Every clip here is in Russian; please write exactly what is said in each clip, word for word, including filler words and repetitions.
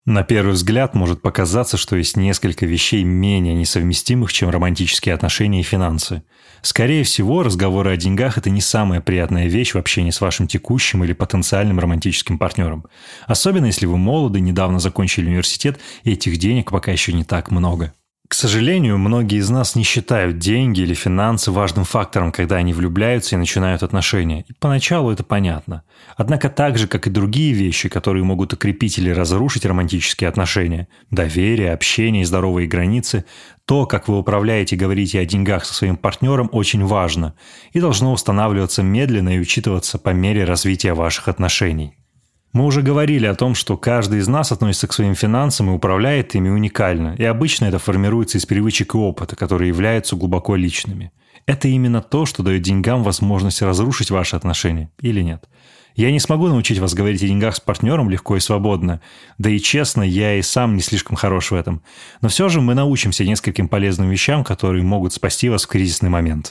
На первый взгляд может показаться, что есть несколько вещей менее несовместимых, чем романтические отношения и финансы. Скорее всего, разговоры о деньгах – это не самая приятная вещь в общении с вашим текущим или потенциальным романтическим партнером. Особенно, если вы молоды, недавно закончили университет, и этих денег пока еще не так много. К сожалению, многие из нас не считают деньги или финансы важным фактором, когда они влюбляются и начинают отношения. И поначалу это понятно. Однако так же, как и другие вещи, которые могут укрепить или разрушить романтические отношения – доверие, общение и здоровые границы – то, как вы управляете и говорите о деньгах со своим партнером, очень важно и должно устанавливаться медленно и учитываться по мере развития ваших отношений. Мы уже говорили о том, что каждый из нас относится к своим финансам и управляет ими уникально, и обычно это формируется из привычек и опыта, которые являются глубоко личными. Это именно то, что дает деньгам возможность разрушить ваши отношения, или нет. Я не смогу научить вас говорить о деньгах с партнером легко и свободно, да и честно, я и сам не слишком хорош в этом. Но все же мы научимся нескольким полезным вещам, которые могут спасти вас в кризисный момент.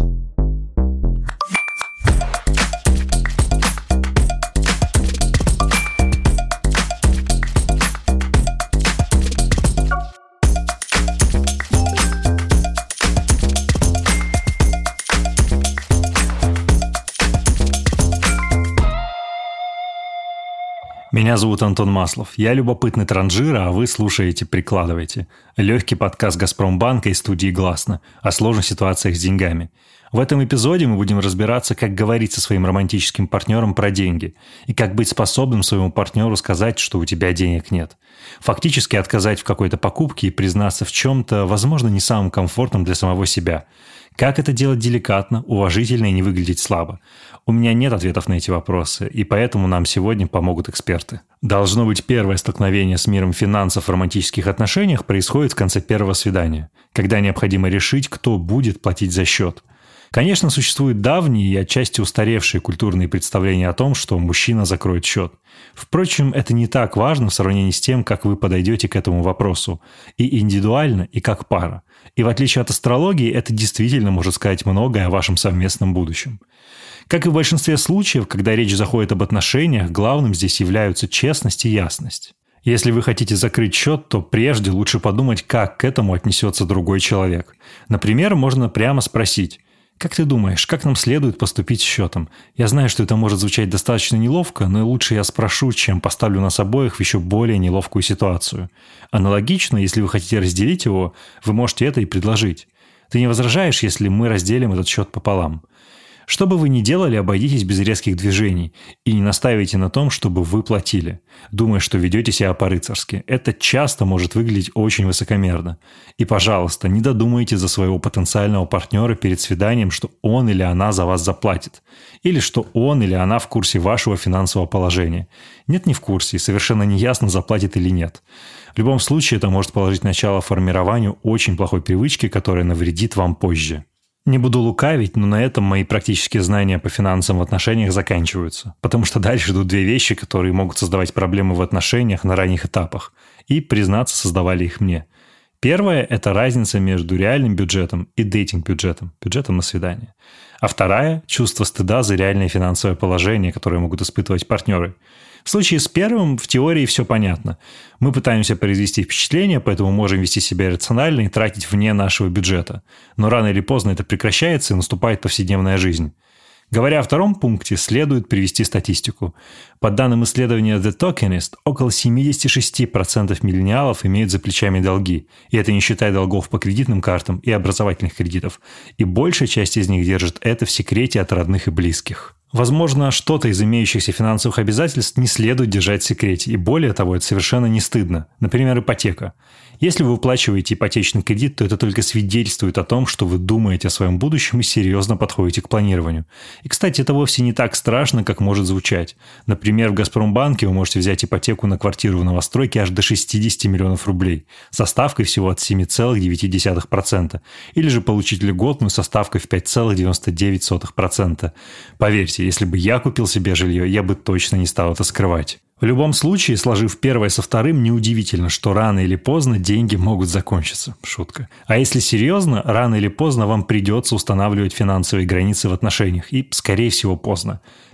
Меня зовут Антон Маслов. Я любопытный транжир, а вы слушаете «Прикладывайте». Легкий подкаст «Газпромбанка» и студии «Гласно» о сложных ситуациях с деньгами. В этом эпизоде мы будем разбираться, как говорить со своим романтическим партнером про деньги и как быть способным своему партнеру сказать, что у тебя денег нет. Фактически отказать в какой-то покупке и признаться в чем-то, возможно, не самым комфортным для самого себя. Как это делать деликатно, уважительно и не выглядеть слабо? У меня нет ответов на эти вопросы, и поэтому нам сегодня помогут эксперты. Должно быть, первое столкновение с миром финансов в романтических отношениях происходит в конце первого свидания, когда необходимо решить, кто будет платить за счет. Конечно, существуют давние и отчасти устаревшие культурные представления о том, что мужчина закроет счет. Впрочем, это не так важно в сравнении с тем, как вы подойдете к этому вопросу. И индивидуально, и как пара. И в отличие от астрологии, это действительно может сказать многое о вашем совместном будущем. Как и в большинстве случаев, когда речь заходит об отношениях, главным здесь являются честность и ясность. Если вы хотите закрыть счет, то прежде лучше подумать, как к этому отнесется другой человек. Например, можно прямо спросить: «Как ты думаешь, как нам следует поступить с счетом? Я знаю, что это может звучать достаточно неловко, но лучше я спрошу, чем поставлю нас обоих в еще более неловкую ситуацию». Аналогично, если вы хотите разделить его, вы можете это и предложить. Ты не возражаешь, если мы разделим этот счет пополам? Что бы вы ни делали, обойдитесь без резких движений и не настаивайте на том, чтобы вы платили, думая, что ведете себя по-рыцарски. Это часто может выглядеть очень высокомерно. И, пожалуйста, не додумайте за своего потенциального партнера перед свиданием, что он или она за вас заплатит. Или что он или она в курсе вашего финансового положения. Нет, не в курсе, и совершенно неясно, заплатит или нет. В любом случае, это может положить начало формированию очень плохой привычки, которая навредит вам позже. Не буду лукавить, но на этом мои практические знания по финансам в отношениях заканчиваются, потому что дальше идут две вещи, которые могут создавать проблемы в отношениях на ранних этапах, и, признаться, создавали их мне. Первая – это разница между реальным бюджетом и дейтинг-бюджетом, бюджетом на свидание. А вторая – чувство стыда за реальное финансовое положение, которое могут испытывать партнеры. В случае с первым в теории все понятно. Мы пытаемся произвести впечатление, поэтому можем вести себя рационально и тратить вне нашего бюджета. Но рано или поздно это прекращается и наступает повседневная жизнь. Говоря о втором пункте, следует привести статистику. По данным исследования The Tokenist, около семьдесят шесть процентов миллениалов имеют за плечами долги. И это не считая долгов по кредитным картам и образовательных кредитов. И большая часть из них держит это в секрете от родных и близких. Возможно, что-то из имеющихся финансовых обязательств не следует держать в секрете, и более того, это совершенно не стыдно. Например, ипотека. Если вы выплачиваете ипотечный кредит, то это только свидетельствует о том, что вы думаете о своем будущем и серьезно подходите к планированию. И, кстати, это вовсе не так страшно, как может звучать. Например, в «Газпромбанке» вы можете взять ипотеку на квартиру в новостройке аж до шестьдесят миллионов рублей, со ставкой всего от семь целых девять десятых процента, или же получить льготную со ставкой в пять целых девяносто девять сотых процента. Поверьте, если бы я купил себе жилье, я бы точно не стал это скрывать. В любом случае, сложив первое со вторым, неудивительно, что рано или поздно деньги могут закончиться. Шутка. А если серьезно, рано или поздно вам придется устанавливать финансовые границы в отношениях. И, скорее всего, поздно.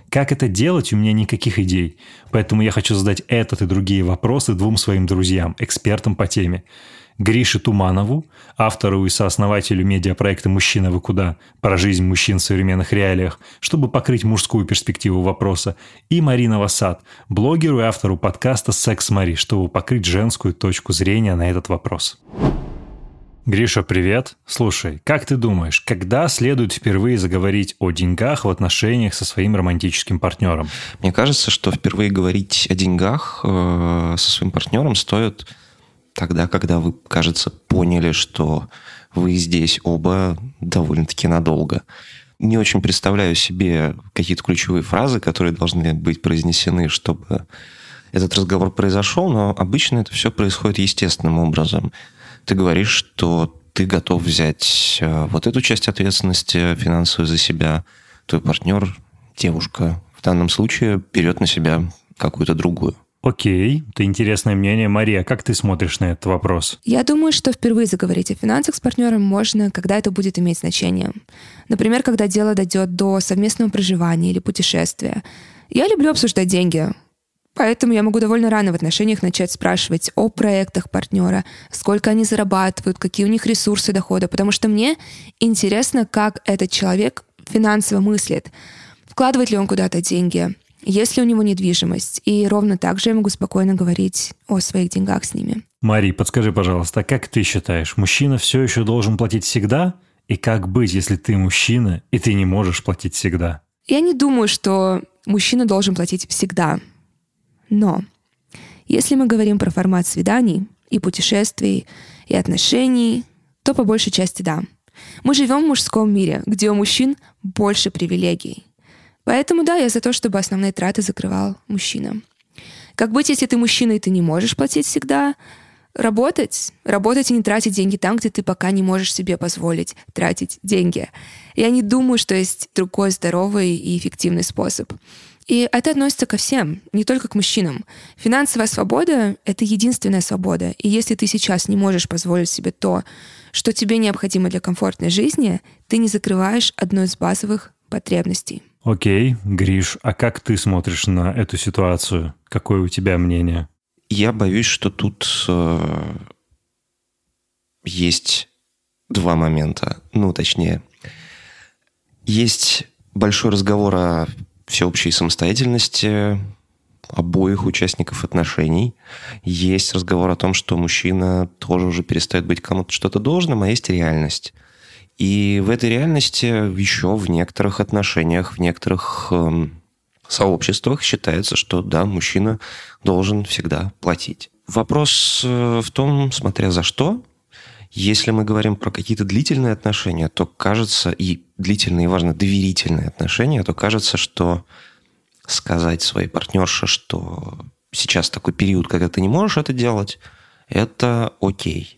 Как это делать, у меня никаких идей. Поэтому я хочу задать этот и другие вопросы двум своим друзьям, экспертам по теме. Грише Туманову, автору и сооснователю медиапроекта «Мужчина, вы куда?» про жизнь мужчин в современных реалиях, чтобы покрыть мужскую перспективу вопроса, и Марина Васад, блогеру и автору подкаста «Секс Мари», чтобы покрыть женскую точку зрения на этот вопрос. Гриша, привет. Слушай, как ты думаешь, когда следует впервые заговорить о деньгах в отношениях со своим романтическим партнером? Мне кажется, что впервые говорить о деньгах э, со своим партнером стоит тогда, когда вы, кажется, поняли, что вы здесь оба довольно-таки надолго. Не очень представляю себе какие-то ключевые фразы, которые должны быть произнесены, чтобы этот разговор произошел, но обычно это все происходит естественным образом. Ты говоришь, что ты готов взять вот эту часть ответственности финансовой за себя. Твой партнер, девушка, в данном случае берет на себя какую-то другую. Окей, это интересное мнение. Мария, как ты смотришь на этот вопрос? Я думаю, что впервые заговорить о финансах с партнером можно, когда это будет иметь значение. Например, когда дело дойдет до совместного проживания или путешествия. Я люблю обсуждать деньги, поэтому я могу довольно рано в отношениях начать спрашивать о проектах партнера, сколько они зарабатывают, какие у них ресурсы дохода, потому что мне интересно, как этот человек финансово мыслит, вкладывает ли он куда-то деньги, есть ли у него недвижимость. И ровно так же я могу спокойно говорить о своих деньгах с ними. Мари, подскажи, пожалуйста, как ты считаешь, мужчина все еще должен платить всегда? И как быть, если ты мужчина, и ты не можешь платить всегда? Я не думаю, что мужчина должен платить всегда. Но если мы говорим про формат свиданий и путешествий, и отношений, то по большей части да. Мы живем в мужском мире, где у мужчин больше привилегий. Поэтому да, я за то, чтобы основные траты закрывал мужчина. Как быть, если ты мужчина и ты не можешь платить всегда? Работать. Работать и не тратить деньги там, где ты пока не можешь себе позволить тратить деньги. Я не думаю, что есть другой здоровый и эффективный способ. И это относится ко всем, не только к мужчинам. Финансовая свобода — это единственная свобода. И если ты сейчас не можешь позволить себе то, что тебе необходимо для комфортной жизни, ты не закрываешь одну из базовых потребностей. Окей, Гриш, а как ты смотришь на эту ситуацию? Какое у тебя мнение? Я боюсь, что тут э, есть два момента. Ну, точнее, есть большой разговор о всеобщей самостоятельности обоих участников отношений. Есть разговор о том, что мужчина тоже уже перестает быть кому-то что-то должным, а есть реальность. И в этой реальности еще в некоторых отношениях, в некоторых э, сообществах считается, что да, мужчина должен всегда платить. Вопрос э, в том, смотря за что. Если мы говорим про какие-то длительные отношения, то кажется, и длительные, и важно, доверительные отношения, то кажется, что сказать своей партнерше, что сейчас такой период, когда ты не можешь это делать, это окей.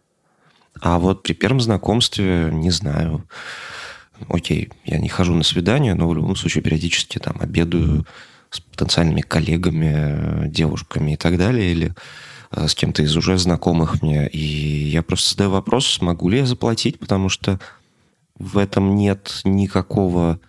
А вот при первом знакомстве, не знаю, окей, я не хожу на свидание, но в любом случае периодически там обедаю с потенциальными коллегами, девушками и так далее, или с кем-то из уже знакомых мне. И я просто задаю вопрос, смогу ли я заплатить, потому что в этом нет никакого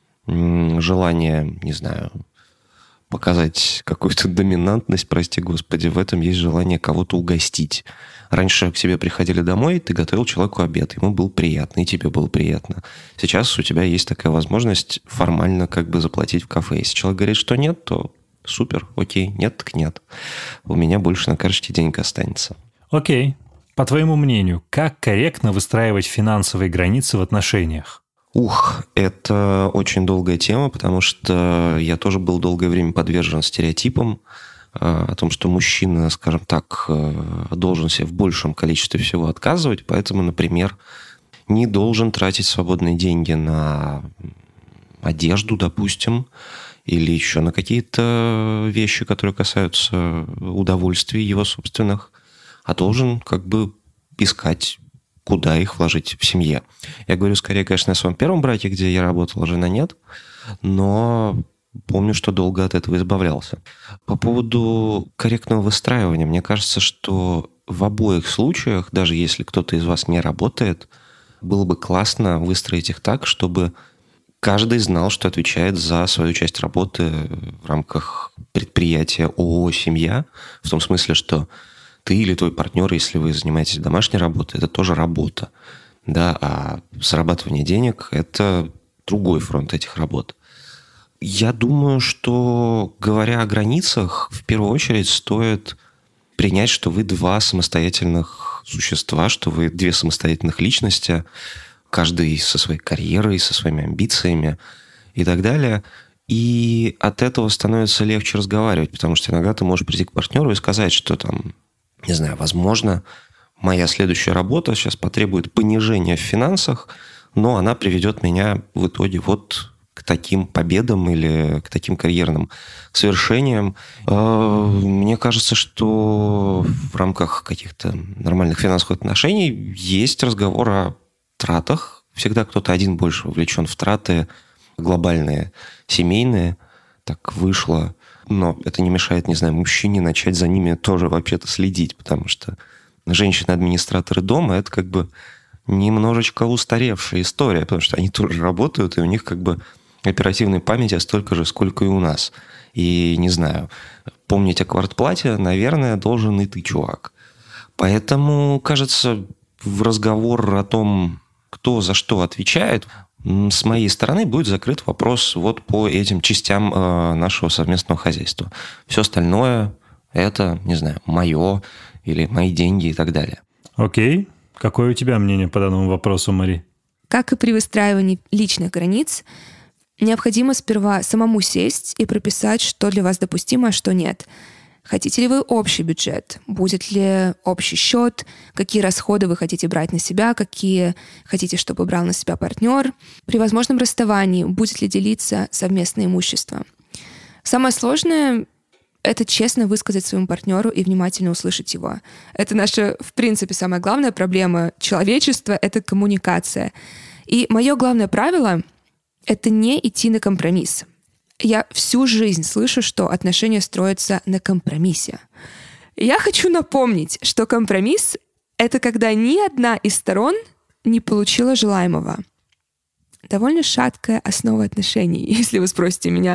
желания, не знаю, показать какую-то доминантность, прости господи, в этом есть желание кого-то угостить. Раньше к тебе приходили домой, ты готовил человеку обед, ему было приятно, и тебе было приятно. Сейчас у тебя есть такая возможность формально как бы заплатить в кафе. Если человек говорит, что нет, то супер, окей, нет, так нет. У меня больше на карточке денег останется. Окей. По твоему мнению, как корректно выстраивать финансовые границы в отношениях? Ух, это очень долгая тема, потому что я тоже был долгое время подвержен стереотипам о том, что мужчина, скажем так, должен себе в большем количестве всего отказывать, поэтому, например, не должен тратить свободные деньги на одежду, допустим, или еще на какие-то вещи, которые касаются удовольствий его собственных, а должен как бы искать, куда их вложить в семье. Я говорю скорее, конечно, о своем первом браке, где я работал, жена нет, но помню, что долго от этого избавлялся. По поводу корректного выстраивания, мне кажется, что в обоих случаях, даже если кто-то из вас не работает, было бы классно выстроить их так, чтобы каждый знал, что отвечает за свою часть работы в рамках предприятия ООО «Семья», в том смысле, что ты или твой партнер, если вы занимаетесь домашней работой, это тоже работа. Да, а зарабатывание денег – это другой фронт этих работ. Я думаю, что, говоря о границах, в первую очередь стоит принять, что вы два самостоятельных существа, что вы две самостоятельных личности, каждый со своей карьерой, со своими амбициями и так далее. И от этого становится легче разговаривать, потому что иногда ты можешь прийти к партнеру и сказать, что там, не знаю, возможно, моя следующая работа сейчас потребует понижения в финансах, но она приведет меня в итоге вот к таким победам или к таким карьерным свершениям. Мне кажется, что в рамках каких-то нормальных финансовых отношений есть разговор о тратах. Всегда кто-то один больше вовлечен в траты глобальные, семейные. Так вышло. Но это не мешает, не знаю, мужчине начать за ними тоже вообще-то следить, потому что женщины-администраторы дома – это как бы немножечко устаревшая история, потому что они тоже работают, и у них как бы оперативной памяти столько же, сколько и у нас. И, не знаю, помнить о квартплате, наверное, должен и ты, чувак. Поэтому, кажется, в разговор о том, кто за что отвечает, с моей стороны будет закрыт вопрос вот по этим частям нашего совместного хозяйства. Все остальное – это, не знаю, мое или мои деньги и так далее. Окей. Какое у тебя мнение по данному вопросу, Мари? Как и при выстраивании личных границ, необходимо сперва самому сесть и прописать, что для вас допустимо, а что нет. Хотите ли вы общий бюджет? Будет ли общий счет? Какие расходы вы хотите брать на себя? Какие хотите, чтобы брал на себя партнер? При возможном расставании будет ли делиться совместное имущество? Самое сложное — это честно высказать своему партнеру и внимательно услышать его. Это наша, в принципе, самая главная проблема человечества — это коммуникация. И мое главное правило — это не идти на компромисс. Я всю жизнь слышу, что отношения строятся на компромиссе. Я хочу напомнить, что компромисс — это когда ни одна из сторон не получила желаемого. Довольно шаткая основа отношений, если вы спросите меня.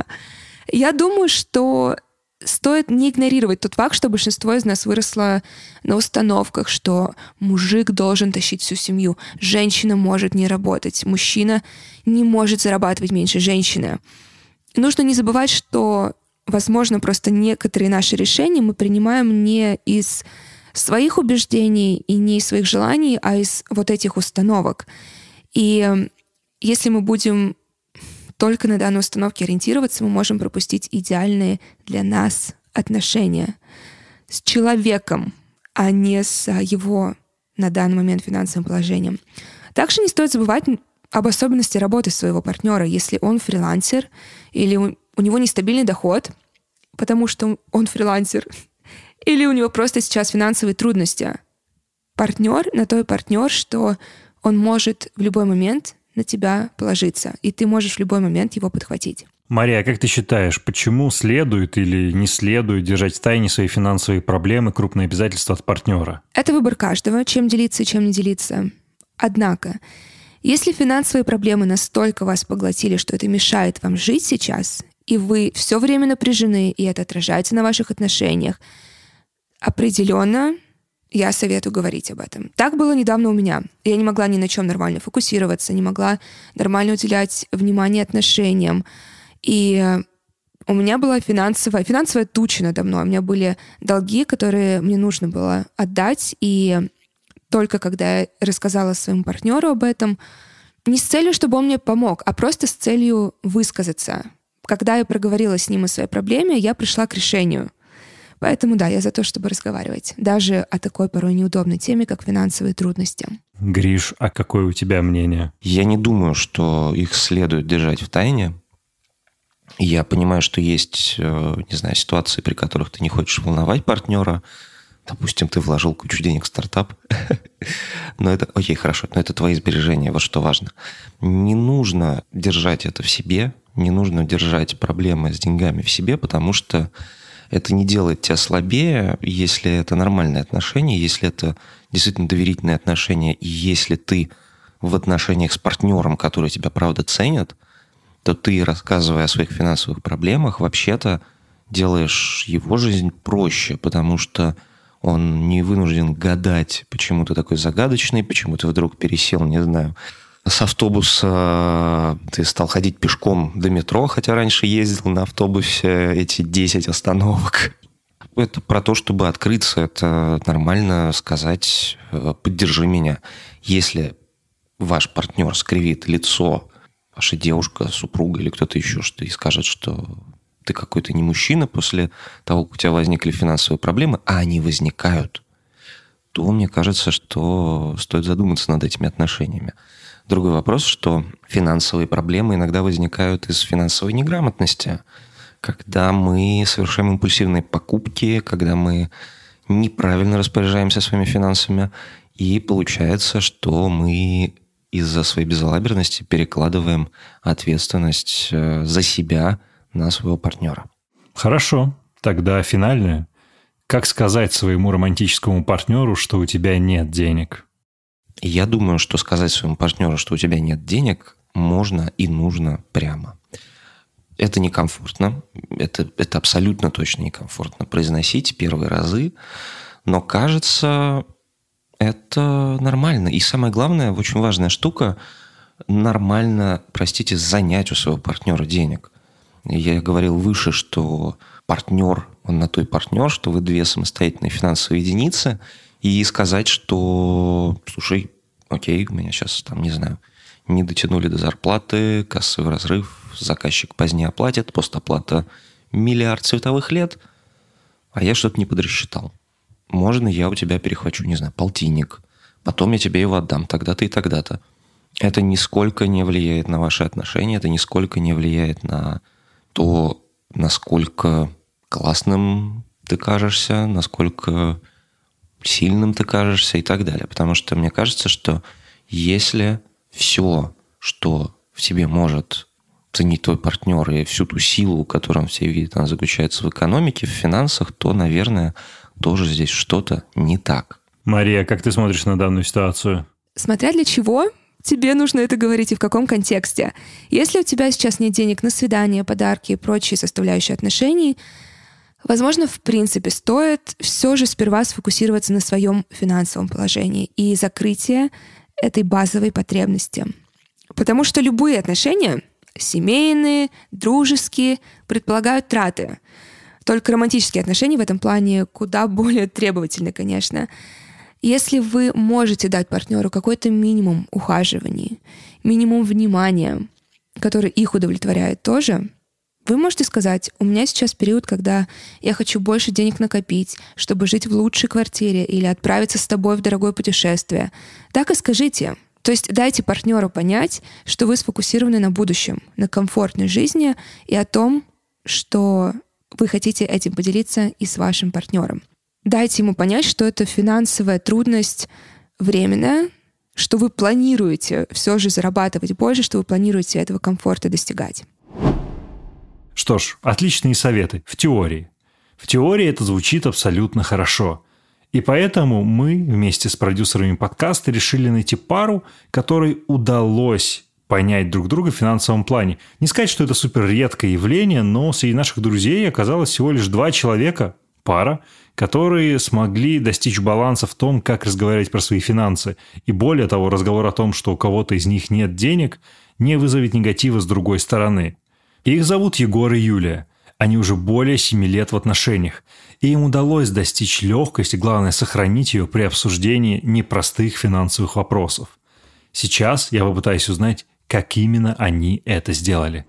Я думаю, что стоит не игнорировать тот факт, что большинство из нас выросло на установках, что мужик должен тащить всю семью, женщина может не работать, мужчина не может зарабатывать меньше женщины. Нужно не забывать, что, возможно, просто некоторые наши решения мы принимаем не из своих убеждений и не из своих желаний, а из вот этих установок. И если мы будем только на данной установке ориентироваться, мы можем пропустить идеальные для нас отношения с человеком, а не с его на данный момент финансовым положением. Также не стоит забывать об особенности работы своего партнера, если он фрилансер или у, у него нестабильный доход, потому что он фрилансер, или у него просто сейчас финансовые трудности. Партнер на то и партнер, что он может в любой момент на тебя положиться, и ты можешь в любой момент его подхватить. Мария, как ты считаешь, почему следует или не следует держать в тайне свои финансовые проблемы, крупные обязательства от партнера? Это выбор каждого, чем делиться и чем не делиться. Однако, если финансовые проблемы настолько вас поглотили, что это мешает вам жить сейчас, и вы все время напряжены, и это отражается на ваших отношениях, определенно я советую говорить об этом. Так было недавно у меня. Я не могла ни на чем нормально фокусироваться, не могла нормально уделять внимание отношениям. И у меня была финансовая, финансовая туча надо мной. У меня были долги, которые мне нужно было отдать, и только когда я рассказала своему партнеру об этом, не с целью, чтобы он мне помог, а просто с целью высказаться. Когда я проговорила с ним о своей проблеме, я пришла к решению. Поэтому да, я за то, чтобы разговаривать. Даже о такой порой неудобной теме, как финансовые трудности. Гриш, а какое у тебя мнение? Я не думаю, что их следует держать в тайне. Я понимаю, что есть, не знаю, ситуации, при которых ты не хочешь волновать партнера. Допустим, ты вложил кучу денег в стартап. Но это, окей, хорошо, но это твои сбережения, вот что важно. Не нужно держать это в себе, не нужно держать проблемы с деньгами в себе, потому что это не делает тебя слабее, если это нормальные отношения, если это действительно доверительные отношения, и если ты в отношениях с партнером, который тебя правда ценит, то ты, рассказывая о своих финансовых проблемах, вообще-то делаешь его жизнь проще, потому что он не вынужден гадать, почему ты такой загадочный, почему ты вдруг пересел, не знаю, с автобуса, ты стал ходить пешком до метро, хотя раньше ездил на автобусе эти десять остановок. Это про то, чтобы открыться, это нормально сказать «поддержи меня». Если ваш партнер скривит лицо, ваша девушка, супруга или кто-то еще, что и скажет, что ты какой-то не мужчина после того, как у тебя возникли финансовые проблемы, а они возникают, то мне кажется, что стоит задуматься над этими отношениями. Другой вопрос, что финансовые проблемы иногда возникают из финансовой неграмотности, когда мы совершаем импульсивные покупки, когда мы неправильно распоряжаемся своими финансами, и получается, что мы из-за своей безалаберности перекладываем ответственность за себя на своего партнера. Хорошо, тогда финальное. Как сказать своему романтическому партнеру, что у тебя нет денег? Я думаю, что сказать своему партнеру, что у тебя нет денег, можно и нужно прямо. Это некомфортно, это, это абсолютно точно некомфортно произносить первые разы, но кажется, это нормально. И самое главное, очень важная штука, нормально, простите, занять у своего партнера денег. Я говорил выше, что партнер, он на то и партнер, что вы две самостоятельные финансовые единицы, и сказать, что, слушай, окей, у меня сейчас, там, не знаю, не дотянули до зарплаты, кассовый разрыв, заказчик позднее оплатит, постоплата миллиард световых лет, а я что-то не подрасчитал. Можно я у тебя перехвачу, не знаю, полтинник, потом я тебе его отдам тогда-то и тогда-то. Это нисколько не влияет на ваши отношения, это нисколько не влияет на то, насколько классным ты кажешься, насколько сильным ты кажешься и так далее. Потому что мне кажется, что если все, что в тебе может ценить твой партнер, и всю ту силу, которую он в тебе видит, она заключается в экономике, в финансах, то, наверное, тоже здесь что-то не так. Мария, как ты смотришь на данную ситуацию? Смотря для чего тебе нужно это говорить и в каком контексте. Если у тебя сейчас нет денег на свидания, подарки и прочие составляющие отношений, возможно, в принципе, стоит все же сперва сфокусироваться на своем финансовом положении и закрытие этой базовой потребности. Потому что любые отношения, семейные, дружеские, предполагают траты. Только романтические отношения в этом плане куда более требовательны, конечно. Если вы можете дать партнеру какой-то минимум ухаживаний, минимум внимания, который их удовлетворяет тоже, вы можете сказать: у меня сейчас период, когда я хочу больше денег накопить, чтобы жить в лучшей квартире или отправиться с тобой в дорогое путешествие. Так и скажите. То есть дайте партнеру понять, что вы сфокусированы на будущем, на комфортной жизни и о том, что вы хотите этим поделиться и с вашим партнером. Дайте ему понять, что это финансовая трудность временная, что вы планируете все же зарабатывать больше, что вы планируете этого комфорта достигать. Что ж, отличные советы в теории. В теории это звучит абсолютно хорошо. И поэтому мы вместе с продюсерами подкаста решили найти пару, которой удалось понять друг друга в финансовом плане. Не сказать, что это супер редкое явление, но среди наших друзей оказалось всего лишь два человека, пара, которые смогли достичь баланса в том, как разговаривать про свои финансы. И более того, разговор о том, что у кого-то из них нет денег, не вызовет негатива с другой стороны. Их зовут Егор и Юлия. Они уже более семи лет в отношениях. И им удалось достичь легкости, главное, сохранить ее при обсуждении непростых финансовых вопросов. Сейчас я попытаюсь узнать, как именно они это сделали.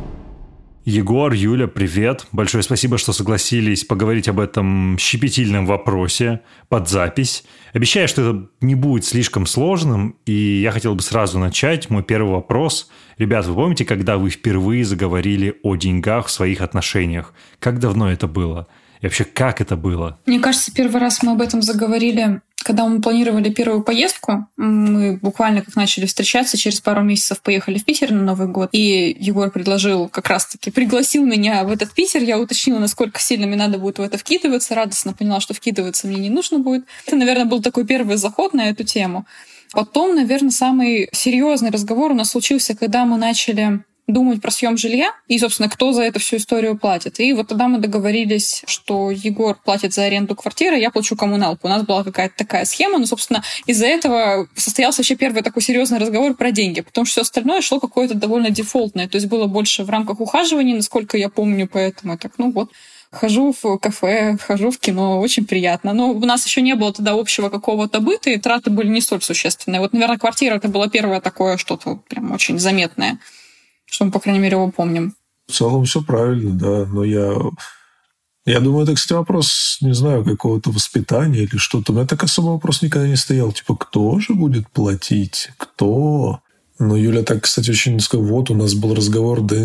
Егор, Юля, привет. Большое спасибо, что согласились поговорить об этом щепетильном вопросе под запись. Обещаю, что это не будет слишком сложным, и я хотел бы сразу начать. Мой первый вопрос. Ребят, вы помните, когда вы впервые заговорили о деньгах в своих отношениях? Как давно это было? И вообще, как это было? Мне кажется, первый раз мы об этом заговорили, когда мы планировали первую поездку. Мы буквально как начали встречаться, через пару месяцев поехали в Питер на Новый год. И Егор предложил, как раз-таки пригласил меня в этот Питер. Я уточнила, насколько сильно мне надо будет в это вкидываться. Радостно поняла, что вкидываться мне не нужно будет. Это, наверное, был такой первый заход на эту тему. Потом, наверное, самый серьезный разговор у нас случился, когда мы начали думать про съем жилья и, собственно, кто за эту всю историю платит. И вот тогда мы договорились, что Егор платит за аренду квартиры, я плачу коммуналку. У нас была какая-то такая схема, но, собственно, из-за этого состоялся вообще первый такой серьезный разговор про деньги, потому что все остальное шло какое-то довольно дефолтное, то есть было больше в рамках ухаживаний, насколько я помню, поэтому так, ну вот, хожу в кафе, хожу в кино, очень приятно. Но у нас еще не было тогда общего какого-то быта, и траты были не столь существенные. Вот, наверное, квартира — это было первое такое что-то прям очень заметное, что мы, по крайней мере, его помним. В целом все правильно, да, но я... Я думаю, это, кстати, вопрос, не знаю, какого-то воспитания или что-то. У меня так особо вопрос никогда не стоял. Типа, кто же будет платить? Кто? Но Юля так, кстати, очень сказала, вот у нас был разговор, да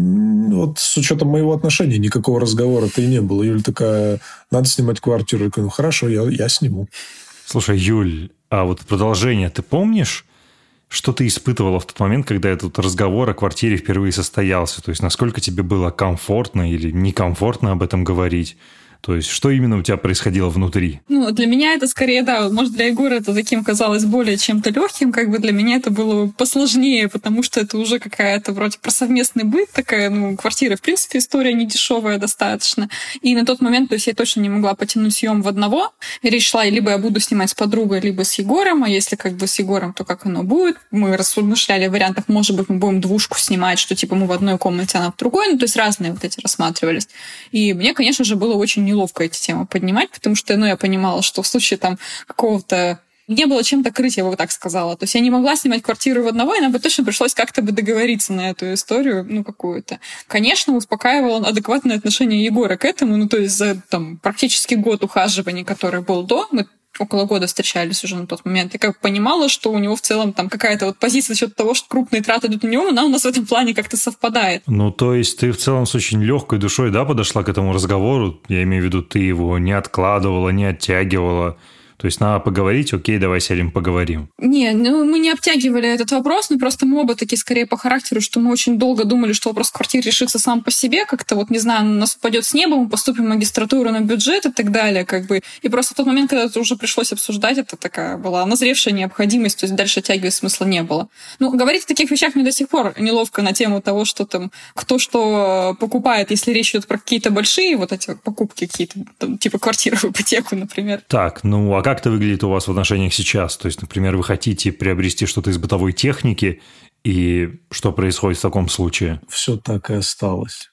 вот с учетом моего отношения никакого разговора-то и не было. Юля такая, надо снимать квартиру. Я говорю, ну хорошо, я, я сниму. Слушай, Юль, а вот продолжение ты помнишь? Что ты испытывала в тот момент, когда этот разговор о квартире впервые состоялся? То есть, насколько тебе было комфортно или некомфортно об этом говорить? То есть, что именно у тебя происходило внутри? Ну, для меня это скорее, да, может, для Егора это таким казалось более чем-то легким, как бы для меня это было посложнее, потому что это уже какая-то вроде про совместный быт, такая, ну, квартира, в принципе, история не дешевая достаточно. И на тот момент, то есть, я точно не могла потянуть съем в одного. Речь шла, либо я буду снимать с подругой, либо с Егором, а если как бы с Егором, то как оно будет? Мы размышляли о вариантах, может быть, мы будем двушку снимать, что типа мы в одной комнате, она в другой, ну, то есть разные вот эти рассматривались. И мне, конечно же, было очень неловко эти темы поднимать, потому что, ну, я понимала, что в случае там какого-то... Не было чем-то крыть, я бы так сказала. То есть я не могла снимать квартиру в одного, и нам бы точно пришлось как-то бы договориться на эту историю, ну, какую-то. Конечно, успокаивало адекватное отношение Егора к этому, ну, то есть за там практически год ухаживаний, который был до, мы около года встречались уже на тот момент, и как понимала, что у него в целом там какая-то вот позиция насчет того, что крупные траты идут на него, она у нас в этом плане как-то совпадает. Ну, то есть ты в целом с очень легкой душой, да, подошла к этому разговору? Я имею в виду, ты его не откладывала, не оттягивала. То есть надо поговорить, окей, давай сядем, поговорим. Не, ну мы не обтягивали этот вопрос, но просто мы оба такие скорее по характеру, что мы очень долго думали, что вопрос квартиры решится сам по себе, как-то вот, не знаю, нас упадет с неба, мы поступим в магистратуру на бюджет и так далее, как бы. И просто в тот момент, когда это уже пришлось обсуждать, это такая была назревшая необходимость, то есть дальше оттягивать смысла не было. Ну, говорить о таких вещах мне до сих пор неловко на тему того, что там, кто что покупает, если речь идет про какие-то большие вот эти покупки какие-то, там, типа квартиры в ипотеку, например. Так, ну, а как это выглядит у вас в отношениях сейчас? То есть, например, вы хотите приобрести что-то из бытовой техники, и что происходит в таком случае? Все так и осталось.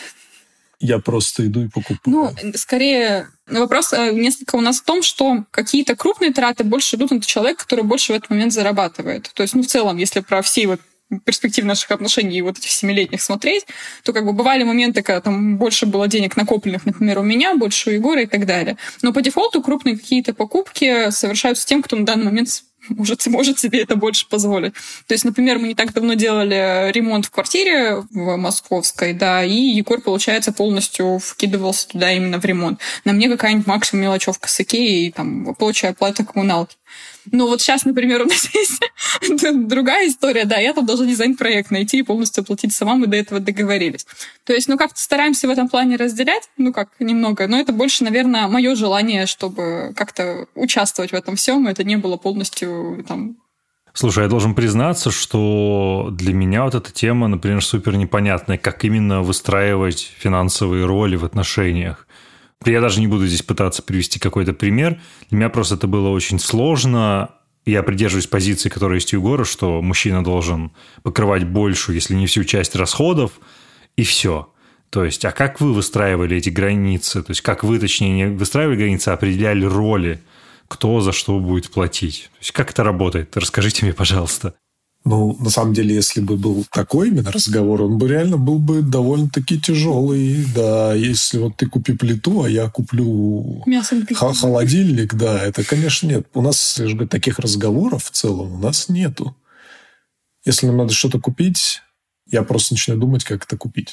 Я просто иду и покупаю. Ну, скорее, вопрос несколько у нас в том, что какие-то крупные траты больше идут на человека, который больше в этот момент зарабатывает. То есть, ну, в целом, если про все вот перспектив наших отношений и вот этих семилетних смотреть, то как бы бывали моменты, когда там больше было денег накопленных, например, у меня, больше у Егора и так далее. Но по дефолту крупные какие-то покупки совершаются тем, кто на данный момент может, может себе это больше позволить. То есть, например, мы не так давно делали ремонт в квартире в Московской, да, и Егор, получается, полностью вкидывался туда именно в ремонт. На мне какая-нибудь максимум мелочевка с Икеи и там прочая оплата коммуналки. Но вот сейчас, например, у нас есть другая история, да, я там должна дизайн-проект найти и полностью оплатить сама, мы до этого договорились. То есть, ну, как-то стараемся в этом плане разделять, ну, как, немного, но это больше, наверное, мое желание, чтобы как-то участвовать в этом всем, и это не было полностью там... Слушай, я должен признаться, что для меня вот эта тема, например, супер непонятная, как именно выстраивать финансовые роли в отношениях. Я даже не буду здесь пытаться привести какой-то пример. Для меня просто это было очень сложно. Я придерживаюсь позиции, которая есть у Егора, что мужчина должен покрывать большую, если не всю часть расходов, и все. То есть, а как вы выстраивали эти границы? То есть, как вы, точнее, не выстраивали границы, а определяли роли, кто за что будет платить? То есть, как это работает? Расскажите мне, пожалуйста. Ну, на самом деле, если бы был такой именно разговор, он бы реально был бы довольно-таки тяжелый. Да, если вот ты купи плиту, а я куплю х- холодильник, да, это, конечно, нет. У нас, я же говорю, таких разговоров в целом у нас нету. Если нам надо что-то купить, я просто начинаю думать, как это купить.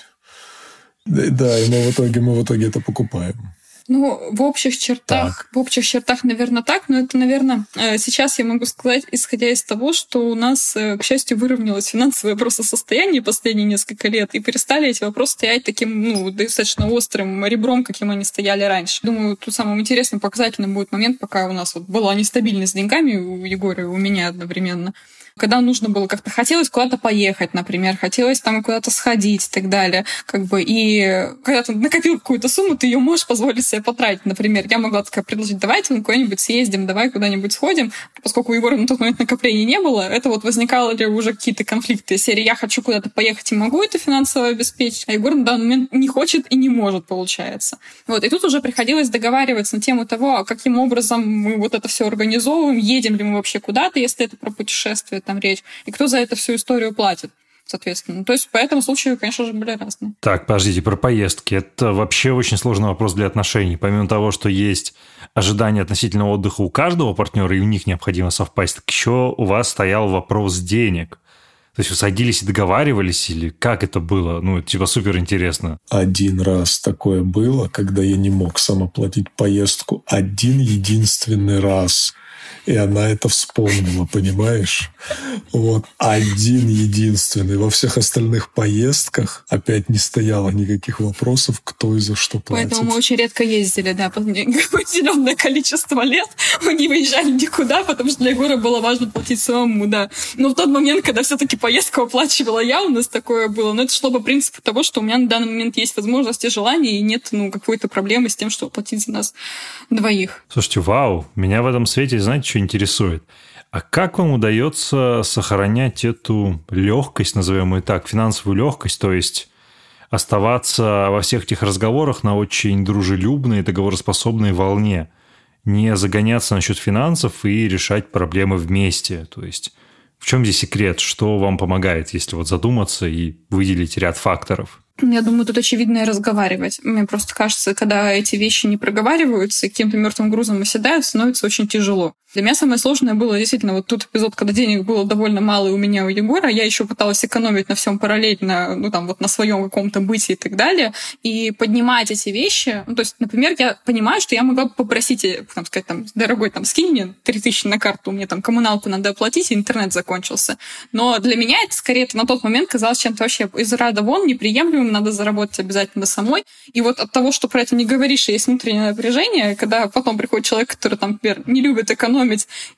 Да, и мы в итоге, мы в итоге это покупаем. Ну, в общих чертах, так. в общих чертах, наверное, так, но это, наверное, сейчас я могу сказать, исходя из того, что у нас, к счастью, выровнялось финансовое просто состояние последние несколько лет, и перестали эти вопросы стоять таким, ну, достаточно острым ребром, каким они стояли раньше. Думаю, тут самым интересным, показательным будет момент, пока у нас вот была нестабильность с деньгами у Егора и у меня одновременно. Когда нужно было как-то, хотелось куда-то поехать, например, хотелось там куда-то сходить и так далее, как бы, и когда ты накопил какую-то сумму, ты ее можешь позволить себе потратить, например. Я могла такая предложить, давайте мы куда-нибудь съездим, давай куда-нибудь сходим, поскольку у Егора на тот момент накоплений не было, это вот возникало ли уже какие-то конфликты серии «я хочу куда-то поехать и могу это финансово обеспечить», а Егор на данный момент не хочет и не может, получается. Вот, и тут уже приходилось договариваться на тему того, а каким образом мы вот это все организовываем, едем ли мы вообще куда-то, если это про путешествие, там речь, и кто за эту всю историю платит, соответственно. То есть по этому случаю, конечно же, были разные. Так, подождите, про поездки. Это вообще очень сложный вопрос для отношений. Помимо того, что есть ожидания относительно отдыха у каждого партнера, и у них необходимо совпасть, так еще у вас стоял вопрос денег. То есть вы садились и договаривались, или как это было? Ну, типа супер интересно. Один раз такое было, когда я не мог сам оплатить поездку. Один единственный раз. И она это вспомнила, понимаешь? Вот. Один единственный. Во всех остальных поездках опять не стояло никаких вопросов, кто и за что платит. Поэтому мы очень редко ездили, да, определенное количество лет. Мы не выезжали никуда, потому что для Егора было важно платить самому, да. Но в тот момент, когда все-таки поездку оплачивала я, у нас такое было. Но это шло по принципу того, что у меня на данный момент есть возможность и желание, и нет, ну, какой-то проблемы с тем, что оплатить за нас двоих. Слушайте, вау, меня в этом свете, знаете, что интересует? А как вам удается сохранять эту легкость, назовем ее так, финансовую легкость, то есть оставаться во всех этих разговорах на очень дружелюбной, договороспособной волне, не загоняться насчет финансов и решать проблемы вместе? То есть в чем здесь секрет? Что вам помогает, если вот задуматься и выделить ряд факторов? Я думаю, тут очевидно и разговаривать. Мне просто кажется, когда эти вещи не проговариваются и каким-то мертвым грузом оседают, становится очень тяжело. Для меня самое сложное было действительно вот тот эпизод, когда денег было довольно мало и у меня, и у Егора. Я еще пыталась экономить на всем параллельно, ну там вот на своем каком-то быте и так далее. И поднимать эти вещи. Ну, то есть, например, я понимаю, что я могла бы попросить, там, сказать, там, дорогой, там, скинь мне три тысячи на карту, мне там коммуналку надо оплатить, и интернет закончился. Но для меня это скорее это на тот момент казалось чем-то вообще из ряда вон неприемлемым, надо заработать обязательно самой. И вот от того, что про это не говоришь, и есть внутреннее напряжение, когда потом приходит человек, который, там, например, не любит экономить,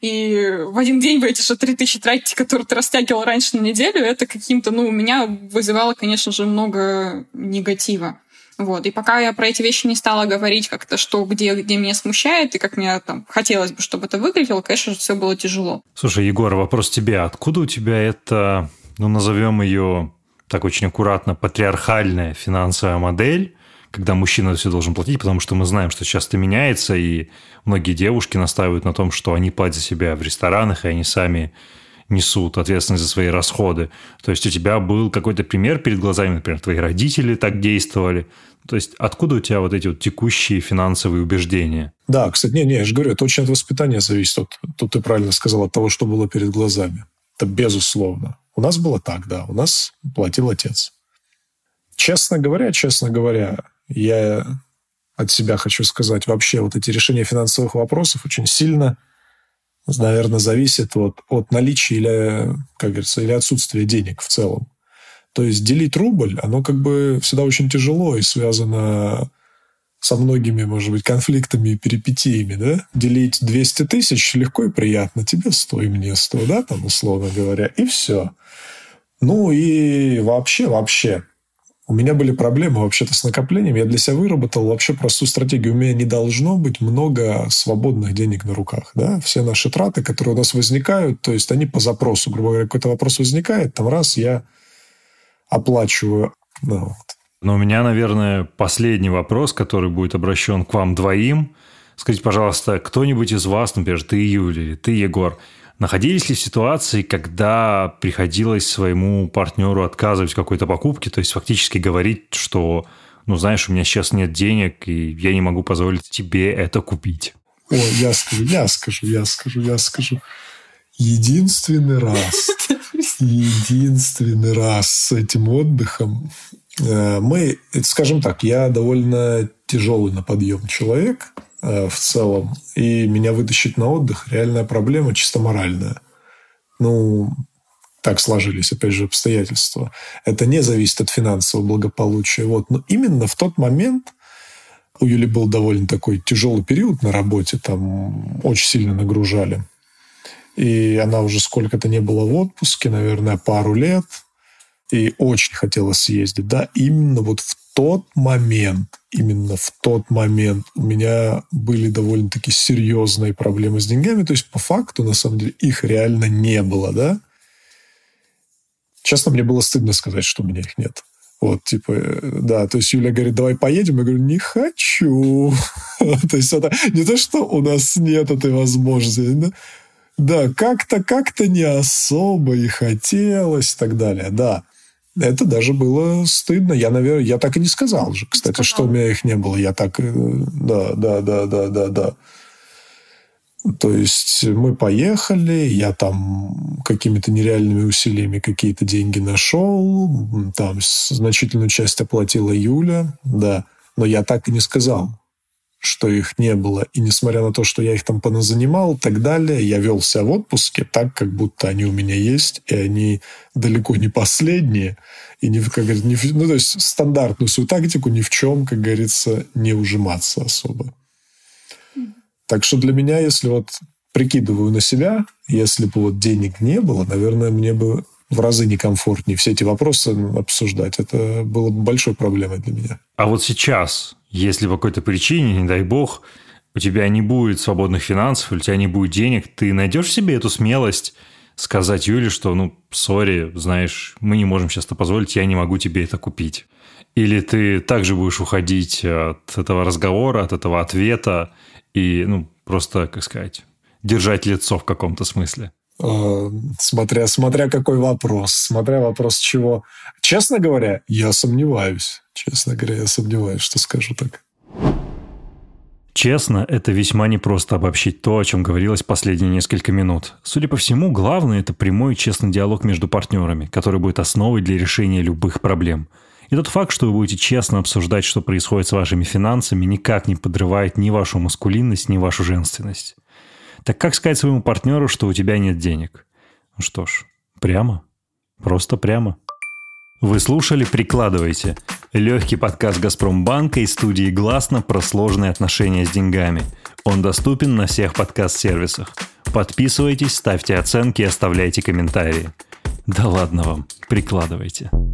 и в один день вы эти же три тысячи тратите, которые ты растягивал раньше на неделю, это каким-то, ну, у меня вызывало, конечно же, много негатива. Вот. И пока я про эти вещи не стала говорить как-то, что где, где меня смущает, и как мне там хотелось бы, чтобы это выглядело, конечно же, все было тяжело. Слушай, Егор, вопрос тебе. Откуда у тебя это, ну, назовем ее так очень аккуратно, патриархальная финансовая модель, когда мужчина все должен платить, потому что мы знаем, что сейчас это меняется, и многие девушки настаивают на том, что они платят за себя в ресторанах, и они сами несут ответственность за свои расходы. То есть у тебя был какой-то пример перед глазами, например, твои родители так действовали. То есть откуда у тебя вот эти вот текущие финансовые убеждения? Да, кстати, не, не, я же говорю, это очень от воспитания зависит. От, тут ты правильно сказал, от того, что было перед глазами. Это безусловно. У нас было так, да, у нас платил отец. Честно говоря, честно говоря, я от себя хочу сказать, вообще вот эти решения финансовых вопросов очень сильно, наверное, зависят вот от наличия или, как говорится, или отсутствия денег в целом. То есть делить рубль, оно как бы всегда очень тяжело и связано со многими, может быть, конфликтами и перипетиями, да? Делить двести тысяч легко и приятно. Тебе сто и мне сто, да, там, условно говоря, и все. Ну и вообще, вообще, у меня были проблемы вообще-то с накоплением. Я для себя выработал вообще простую стратегию. У меня не должно быть много свободных денег на руках. Да? Все наши траты, которые у нас возникают, то есть они по запросу. Грубо говоря, какой-то вопрос возникает, там раз я оплачиваю. Ну, вот. Но у меня, наверное, последний вопрос, который будет обращен к вам двоим. Скажите, пожалуйста, кто-нибудь из вас, например, ты, Юлия, или ты, Егор, находились ли в ситуации, когда приходилось своему партнеру отказывать в какой-то покупке, то есть фактически говорить, что, ну, знаешь, у меня сейчас нет денег, и я не могу позволить тебе это купить? О, я скажу, я скажу, я скажу, я скажу. Единственный раз, единственный раз с этим отдыхом мы, скажем так, я довольно тяжелый на подъем человек в целом, и меня вытащить на отдых реальная проблема чисто моральная. Ну, так сложились, опять же, обстоятельства. Это не зависит от финансового благополучия. Вот. Но именно в тот момент у Юли был довольно такой тяжелый период на работе, там очень сильно нагружали. И она уже сколько-то не была в отпуске, наверное, пару лет. И очень хотела съездить. Да, именно вот в тот момент, именно в тот момент у меня были довольно-таки серьезные проблемы с деньгами. То есть, по факту, на самом деле, их реально не было, да. Честно, мне было стыдно сказать, что у меня их нет. Вот, типа, да, то есть Юля говорит, давай поедем. Я говорю, не хочу. То есть это не то, что у нас нет этой возможности. Да, как-то, как-то не особо и хотелось и так далее. Да, это даже было стыдно. Я, наверное, я так и не сказал же, кстати, сказал. Что у меня их не было. Я так, да, да, да, да, да, да. То есть мы поехали, я там какими-то нереальными усилиями какие-то деньги нашел, там значительную часть оплатила Юля, да, но я так и не сказал, что их не было. И несмотря на то, что я их там поназанимал и так далее, я вел себя в отпуске так, как будто они у меня есть, и они далеко не последние, и не, как говорится, не, ну, то есть стандартную свою тактику ни в чем, как говорится, не ужиматься особо. Так что для меня, если вот прикидываю на себя, если бы вот денег не было, наверное, мне бы в разы некомфортнее все эти вопросы обсуждать. Это было бы большой проблемой для меня. А вот сейчас, если по какой-то причине, не дай бог, у тебя не будет свободных финансов, или у тебя не будет денег, ты найдешь в себе эту смелость сказать Юле, что, ну, сори, знаешь, мы не можем сейчас это позволить, я не могу тебе это купить. Или ты также будешь уходить от этого разговора, от этого ответа, и, ну, просто, как сказать, держать лицо в каком-то смысле. Смотря, смотря какой вопрос. Смотря вопрос чего. Честно говоря, я сомневаюсь. Честно говоря, я сомневаюсь, что скажу так. Честно, это весьма непросто обобщить то, о чем говорилось последние несколько минут. Судя по всему, главное – это прямой и честный диалог между партнерами, который будет основой для решения любых проблем. И тот факт, что вы будете честно обсуждать, что происходит с вашими финансами, никак не подрывает ни вашу маскулинность, ни вашу женственность. Так как сказать своему партнеру, что у тебя нет денег? Ну что ж, прямо. Просто прямо. Вы слушали «Прикладывайте» – легкий подкаст «Газпромбанка» из студии «Гласно» про сложные отношения с деньгами. Он доступен на всех подкаст-сервисах. Подписывайтесь, ставьте оценки и оставляйте комментарии. Да ладно вам, прикладывайте.